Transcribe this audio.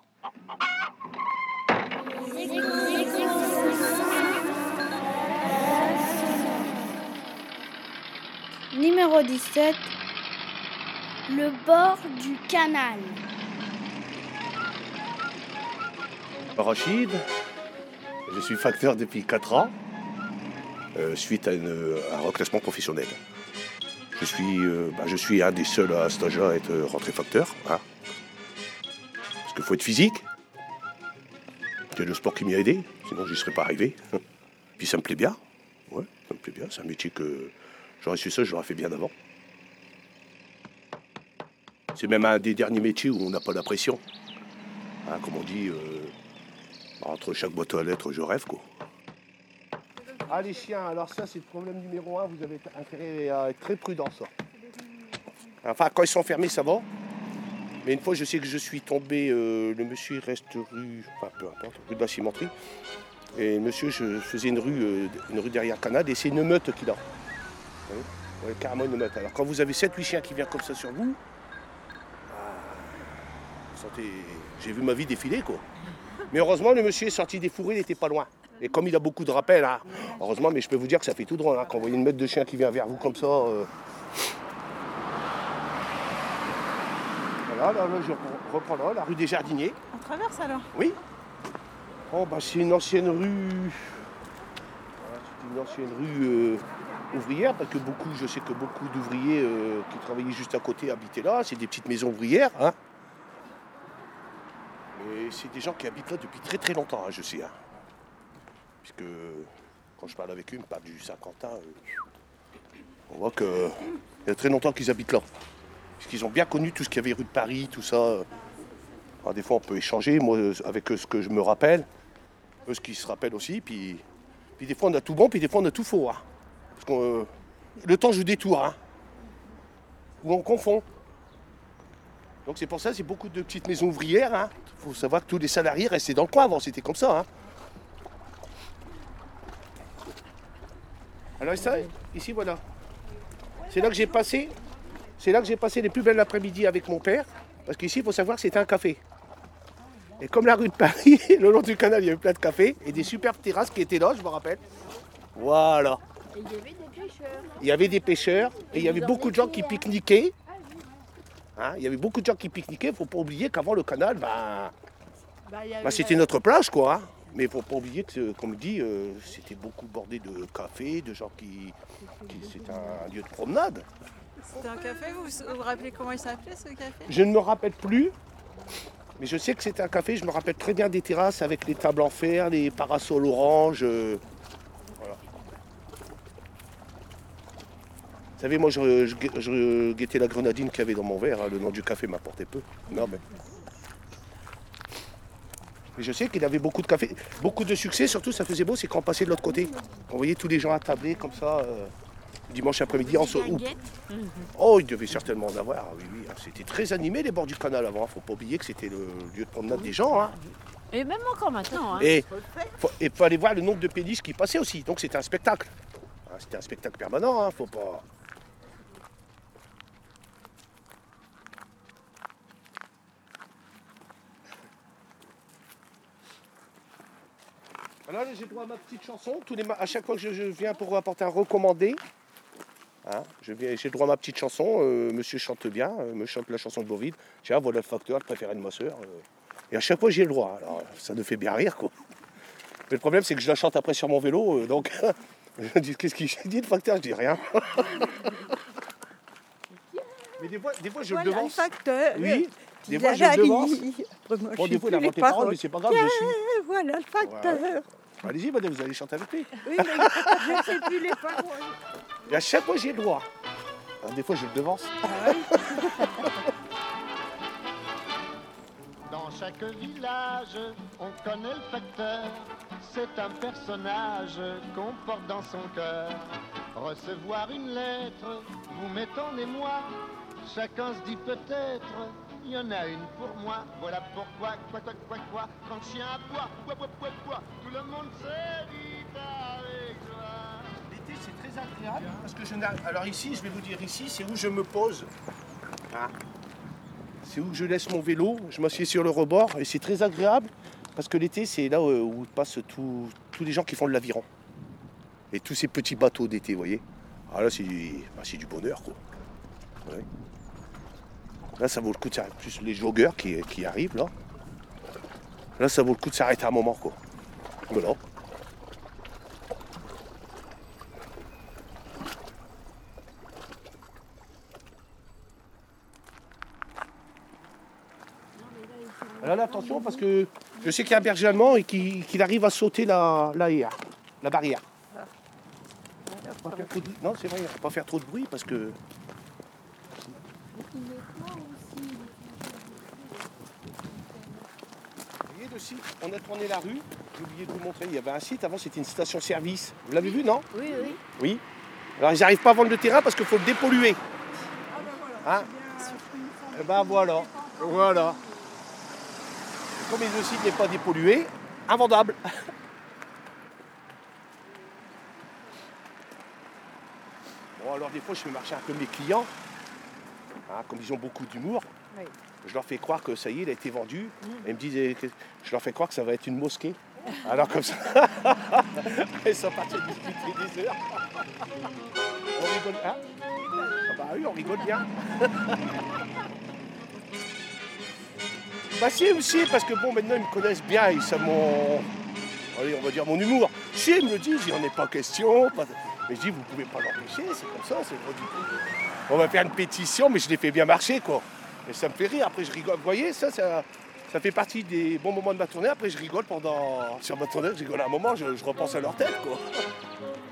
Numéro 17. Le bord du canal. Rachid, je suis facteur depuis 4 ans, suite à un reclassement professionnel. Je suis un des seuls à cet âge-là à être rentré facteur. Hein. Parce qu'il faut être physique. C'est le sport qui m'y a aidé, sinon je n'y serais pas arrivé. Puis ça me plaît bien. Ouais, ça me plaît bien. C'est un métier que j'aurais su ça, je l'aurais fait bien avant. C'est même un des derniers métiers où on n'a pas la pression. Hein, comme on dit, entre chaque boîte à lettres, je rêve, quoi. Ah, les chiens, alors ça, c'est le problème numéro 1. Vous avez intérêt à être très prudent, ça. Enfin, quand ils sont fermés, ça va. Mais une fois, je sais que je suis tombé, le monsieur il reste rue, enfin peu importe, rue de la Cimenterie. Et le monsieur, je faisais une rue derrière Canal, et c'est une meute qu'il a. Vous voyez, ouais, carrément une meute. Alors quand vous avez 7-8 chiens qui viennent comme ça sur vous, vous sentez, j'ai vu ma vie défiler, quoi. Mais heureusement, le monsieur est sorti des fourrés, il n'était pas loin. Et comme il a beaucoup de rappels, hein, heureusement, mais je peux vous dire que ça fait tout drôle, hein, quand vous voyez une meute de chiens qui vient vers vous comme ça. Voilà, là, je reprends là, la rue des Jardiniers. On traverse alors? Oui. Oh, bah, c'est une ancienne rue. Voilà, c'est une ancienne rue ouvrière, parce que je sais que beaucoup d'ouvriers qui travaillaient juste à côté habitaient là. C'est des petites maisons ouvrières. Hein. Et c'est des gens qui habitent là depuis très très longtemps, hein, je sais. Hein. Puisque quand je parle avec eux, ils me parlent du Saint-Quentin. On voit qu'il y a très longtemps qu'ils habitent là. Parce qu'ils ont bien connu tout ce qu'il y avait rue de Paris, tout ça. Alors des fois, on peut échanger, moi, avec ce que je me rappelle, eux, ce qu'ils se rappellent aussi. Puis des fois, on a tout bon, puis des fois, on a tout faux. Hein. Parce que le temps joue des tours. Hein. Ou on confond. Donc c'est pour ça, c'est beaucoup de petites maisons ouvrières. Hein. Faut savoir que tous les salariés restaient dans le coin avant, c'était comme ça. Hein. Alors ça, ici, voilà. C'est là que j'ai passé les plus belles après-midi avec mon père. Parce qu'ici, il faut savoir que c'était un café. Et comme la rue de Paris, le long du canal, il y avait plein de cafés et des superbes terrasses qui étaient là, je me rappelle. Voilà. Et il y avait des pêcheurs. Il y avait des pêcheurs et il y avait beaucoup de gens qui pique-niquaient. Hein, il y avait beaucoup de gens qui pique-niquaient. Il ne faut pas oublier qu'avant le canal, c'était notre plage, quoi. Hein. Mais il ne faut pas oublier que, comme dit, c'était beaucoup bordé de cafés, de gens qui c'était un lieu de promenade. C'était un café, vous vous rappelez comment il s'appelait ce café? Je ne me rappelle plus, mais je sais que c'était un café. Je me rappelle très bien des terrasses avec les tables en fer, les parasols orange. Voilà. Vous savez, moi, je guettais la grenadine qu'il y avait dans mon verre. Hein. Le nom du café m'apportait peu. Non, mais je sais qu'il avait beaucoup de café, beaucoup de succès. Surtout, ça faisait beau, c'est quand on passait de l'autre côté. On voyait tous les gens attablés comme ça. Dimanche après-midi en Oh, il devait certainement en avoir, oui. C'était très animé les bords du canal avant. Faut pas oublier que c'était le lieu de promenade des gens. Hein. Et même encore maintenant. Hein. Et il faut aller voir le nombre de péniches qui passaient aussi. Donc c'était un spectacle. Hein, c'était un spectacle permanent, hein, faut pas. Alors là, j'ai droit à ma petite chanson. À chaque fois que je viens pour apporter un recommandé, hein, j'ai droit à ma petite chanson. Monsieur chante bien, me chante la chanson de Bovid. Tiens, voilà le facteur, le préféré de ma soeur. Et à chaque fois, j'ai le droit. Alors, ça nous fait bien rire, quoi. Mais le problème, c'est que je la chante après sur mon vélo. Donc, je dis, qu'est-ce qu'il dit, le facteur? Je dis rien. Mais des fois, je le devance. Le facteur. Oui, des fois, je le devance. Bon, des fois, il a inventé les paroles, mais c'est pas grave, je suis. Voilà le facteur. Ouais. Allez-y, madame, vous allez chanter avec lui. Oui, mais je ne sais plus les paroles. Et à chaque fois, j'ai le droit. Alors, des fois, je le devance. Dans chaque village, on connaît le facteur. C'est un personnage qu'on porte dans son cœur. Recevoir une lettre, vous mettons et moi. Chacun se dit peut-être, il y en a une pour moi. Voilà pourquoi, quoi, quand le chien aboie, quoi, tout le monde se dit avec joie. L'été, c'est très agréable parce que alors ici, je vais vous dire ici, c'est où je me pose. Hein. c'est où je laisse mon vélo. Je m'assieds sur le rebord et c'est très agréable parce que l'été, c'est là où passent tous les gens qui font de l'aviron. Et tous ces petits bateaux d'été, vous voyez. Ah là, c'est du bonheur, quoi. Ouais. Là, ça vaut le coup de s'arrêter. Plus les joggeurs qui arrivent, là. Là, ça vaut le coup de s'arrêter un moment, quoi. Voilà. Alors là, attention, parce que je sais qu'il y a un berger allemand et qu'il arrive à sauter la barrière. Pas faire trop de... Non, c'est vrai, il ne faut pas faire trop de bruit parce que... Vous voyez, aussi, on a tourné la rue, j'ai oublié de vous montrer, il y avait un site, avant c'était une station-service. Vous l'avez vu, non? Oui, oui. Oui. Alors ils n'arrivent pas à vendre le terrain parce qu'il faut le dépolluer. Hein? Et ben voilà. Voilà. Et comme le site n'est pas dépollué, invendable. Bon, alors des fois je fais marcher un peu mes clients, hein, comme ils ont beaucoup d'humour. Oui. Je leur fais croire que ça y est, il a été vendu. Et ils me disent, je leur fais croire que ça va être une mosquée. Alors comme ça, ils sont partis discuter des heures. On rigole, hein? Ah bah oui, on rigole bien. Bah si aussi, parce que bon, maintenant ils me connaissent bien, ils savent allez, on va dire mon humour. Si, ils me le disent, il n'y en est pas question. Mais je dis, vous pouvez pas l'empêcher, c'est comme ça, c'est pas du tout. On va faire une pétition, mais je l'ai fait bien marcher, quoi. Et ça me fait rire, après je rigole. Vous voyez, ça fait partie des bons moments de ma tournée. Après je rigole sur ma tournée, je rigole à un moment, je repense à leur tête, quoi.